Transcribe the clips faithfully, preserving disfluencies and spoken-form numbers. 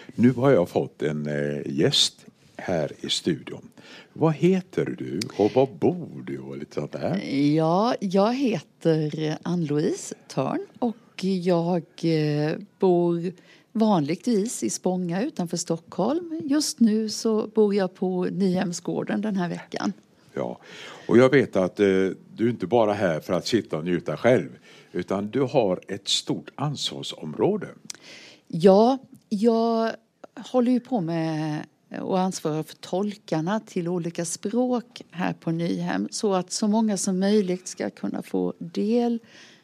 Nu har jag fått en eh, gäst här i studion. Vad heter du och var bor du och lite sånt där? Ja, jag heter Ann-Louise Törn och jag eh, bor vanligtvis i Spånga utanför Stockholm. Just nu så bor jag på Nyhemsgården den här veckan. Ja, och jag vet att eh, du är inte bara här för att sitta och njuta själv, utan du har ett stort ansvarsområde. Ja, jag håller ju på med och ansvarar för tolkarna till olika språk här på Nyhem, så att så många som möjligt ska kunna få del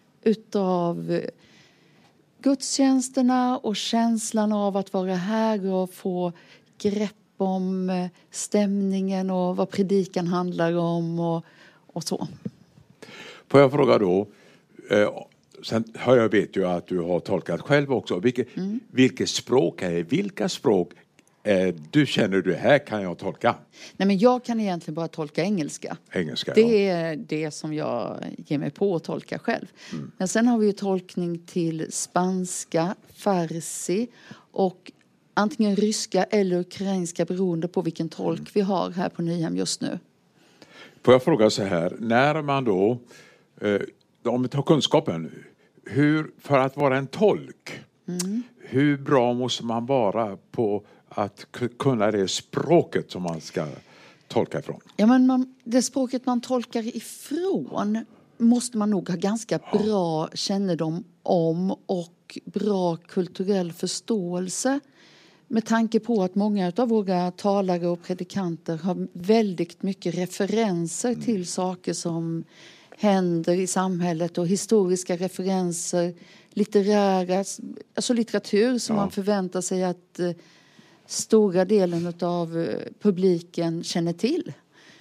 utav gudstjänsterna och känslan av att vara här och få grepp om stämningen och vad predikan handlar om och, och så. Får jag fråga då, eh, sen har jag vet ju att du har tolkat själv också. Vilket, mm. vilket språk är vilka språk eh, du känner du här kan jag tolka? Nej, men jag kan egentligen bara tolka engelska. Engelska, det ja. är det som jag ger mig på att tolka själv. Mm. Men sen har vi ju tolkning till spanska, farsi och antingen ryska eller ukrainska beroende på vilken tolk mm. vi har här på Nyhem just nu. Får jag fråga så här, när man då, eh, om vi tar kunskapen, hur, för att vara en tolk, mm. hur bra måste man vara på att kunna det språket som man ska tolka ifrån? Ja, men man, det språket man tolkar ifrån måste man nog ha ganska ja. bra kännedom om och bra kulturell förståelse. Med tanke på att många av våra talare och predikanter har väldigt mycket referenser mm. till saker som händer i samhället och historiska referenser, litterära, alltså litteratur som ja. man förväntar sig att eh, stora delen av eh, publiken känner till.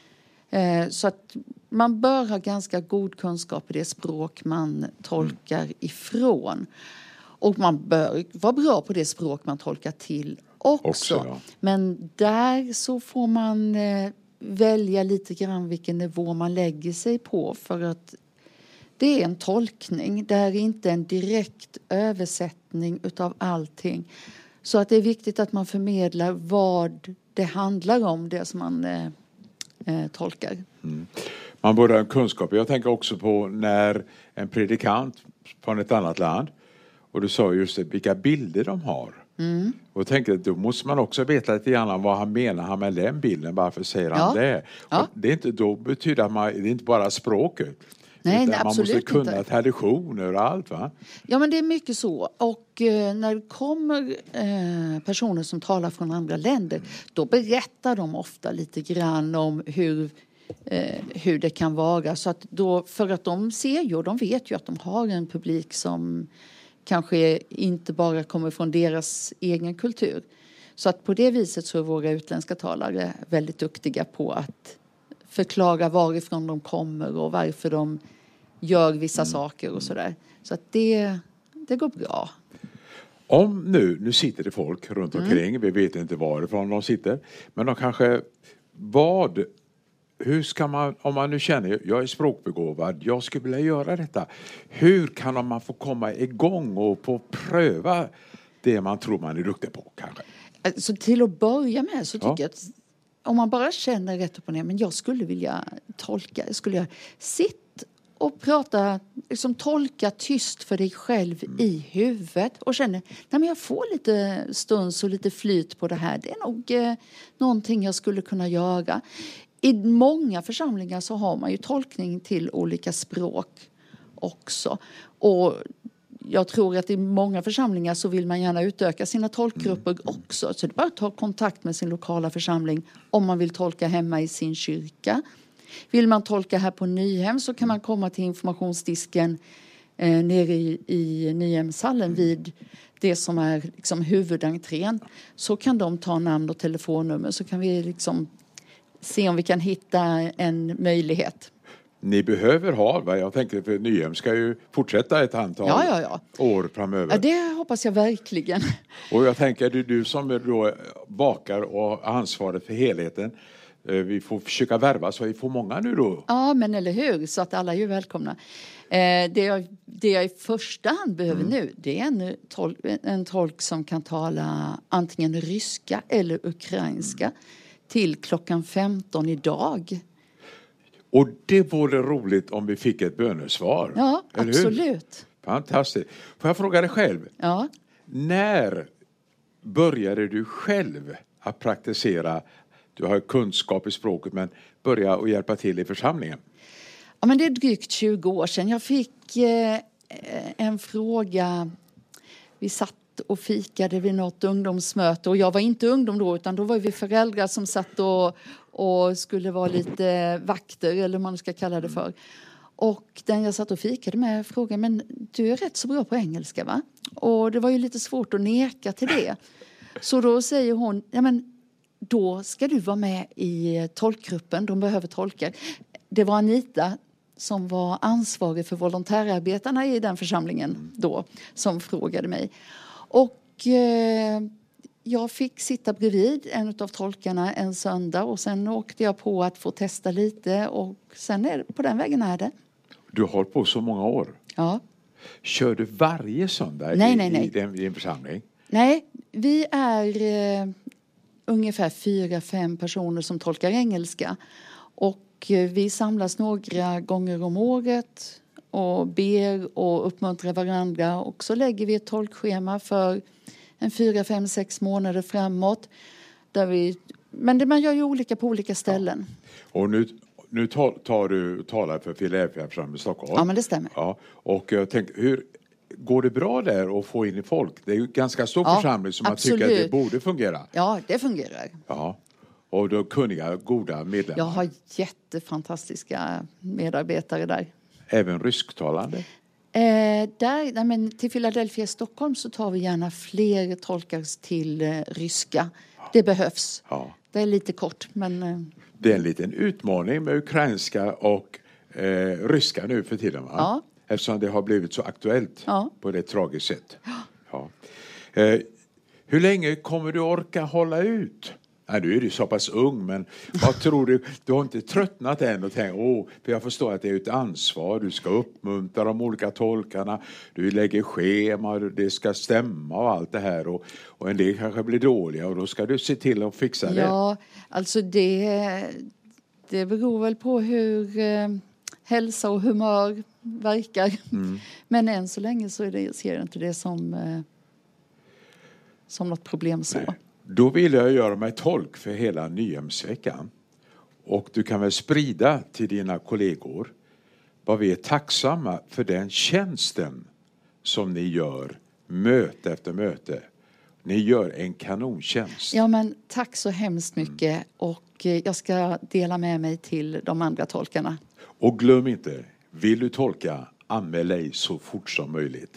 Eh, så att man bör ha ganska god kunskap i det språk man tolkar mm. ifrån. Och man bör vara bra på det språk man tolkar till också. också ja. Men där så får man eh, välja lite grann vilken nivå man lägger sig på. För att det är en tolkning. Det är inte en direkt översättning utav allting. Så att det är viktigt att man förmedlar vad det handlar om, det som man eh, eh, tolkar. Mm. Man borde ha en kunskap. Jag tänker också på när en predikant från ett annat land, och du sa just det, vilka bilder de har. Mm. Och tänker då måste man också veta lite grann vad han menar han med den bilden. Varför säger han ja. det? Ja. Det är inte, då betyder att man, det är inte bara språket. Nej, nej, man måste kunna inte. traditioner och allt, va? Ja, men det är mycket så. Och eh, när det kommer eh, personer som talar från andra länder, mm. då berättar de ofta lite grann om hur, eh, hur det kan vara. Så att då, för att de ser ju, de vet ju att de har en publik som kanske inte bara kommer från deras egen kultur. Så att på det viset så är våra utländska talare väldigt duktiga på att förklara varifrån de kommer och varför de gör vissa mm. saker och sådär. Så att det, det går bra. Om nu, nu sitter det folk runt omkring, mm. vi vet inte varifrån de sitter, men de kanske, vad, hur ska man, om man nu känner, jag är språkbegåvad, jag skulle vilja göra detta. Hur kan man få komma igång och få pröva det man tror man är duktig på kanske? Så till att börja med så tycker ja. jag att om man bara känner rätt upp och ner, men jag skulle vilja tolka, jag skulle sitta och prata, liksom tolka tyst för dig själv mm. i huvudet och känner, nej men jag får lite stuns och lite flyt på det här. Det är nog eh, någonting jag skulle kunna göra. I många församlingar så har man ju tolkning till olika språk också. Och jag tror att i många församlingar så vill man gärna utöka sina tolkgrupper mm. också. Så det är bara att ta kontakt med sin lokala församling om man vill tolka hemma i sin kyrka. Vill man tolka här på Nyhem så kan man komma till informationsdisken eh, nere i, i Nyhemshallen vid det som är liksom huvudentrén. Så kan de ta namn och telefonnummer, så kan vi liksom se om vi kan hitta en möjlighet. Ni behöver ha, va? Jag tänker för Nyhem ska ju fortsätta ett antal ja, ja, ja. år framöver. Ja, det hoppas jag verkligen. Och jag tänker, du, du som då bakar och har ansvaret för helheten, vi får försöka värva så vi får många nu då. Ja, men eller hur, så att alla är ju välkomna. Eh, det, jag, det jag i första hand behöver Mm. nu, det är en tolk, en tolk som kan tala antingen ryska eller ukrainska Mm. till klockan femton idag. Och det vore roligt om vi fick ett bönesvar. Ja, eller hur? absolut. Fantastiskt. Får jag fråga dig själv? Ja. När började du själv att praktisera? Du har kunskap i språket, men börja att hjälpa till i församlingen. Ja, men det är drygt tjugo år sedan. Jag fick eh, en fråga. Vi satt och fikade vid något ungdomsmöte. Och jag var inte ungdom då, utan då var vi föräldrar som satt och, och skulle vara lite vakter, eller vad man ska kalla det för. Och den jag satt och fikade med frågade, men du är rätt så bra på engelska, va? Och det var ju lite svårt att neka till det. Så då säger hon, ja men då ska du vara med i tolkgruppen, de behöver tolkar. Det var Anita som var ansvarig för volontärarbetarna i den församlingen då, som frågade mig. Och eh, jag fick sitta bredvid en av tolkarna en söndag, och sen åkte jag på att få testa lite, och sen är det, på den vägen är det. Du har hållit på så många år. Ja. Kör du varje söndag nej, i, nej, nej. i din, din församling? Nej, vi är eh, ungefär fyra, fem personer som tolkar engelska. Och eh, vi samlas några gånger om året och ber och uppmuntrar varandra. Och så lägger vi ett tolkschema för en fyra, fem, sex månader framåt. Där vi, men det, man gör ju olika på olika ställen. Ja. Och nu, nu tar, tar du talar för Filadelfia-församlingen i Stockholm. Ja, men det stämmer. Ja. Och jag tänker, hur går det bra där att få in i folk? Det är ju en ganska stor Ja, församling som absolut. man tycker att det borde fungera. Ja, det fungerar. Ja. Och då kunniga, goda medlemmar. Jag har jättefantastiska medarbetare där. Även rysktalande? Eh, där, nej men till Philadelphia i Stockholm så tar vi gärna fler tolkar till eh, ryska. Det behövs. Ja. Det är lite kort, men... Eh, Det är en liten utmaning med ukrainska och eh, ryska nu för tiden, va? Ja. Eftersom det har blivit så aktuellt Ja. på ett tragiskt sätt. Ja. Eh, hur länge kommer du orka hålla ut? Nej, du är ju så pass ung, men vad tror du? Du har inte tröttnat än och tänkt, åh, för jag förstår att det är ett ansvar. Du ska uppmuntra de olika tolkarna. Du lägger schema, det ska stämma och allt det här. Och, och en del kanske blir dåliga, och då ska du se till att fixa det. ja, alltså det, det beror väl på hur eh, hälsa och humör verkar. Mm. Men än så länge så är det, ser jag inte det som, eh, som något problem så. Nej. Då vill jag göra mig tolk för hela Nyhemsveckan. Och du kan väl sprida till dina kollegor vad vi är tacksamma för den tjänsten som ni gör möte efter möte. Ni gör en kanontjänst. Ja, men tack så hemskt mycket. Mm. Och eh, jag ska dela med mig till de andra tolkarna. Och glöm inte, vill du tolka, anmäl dig så fort som möjligt.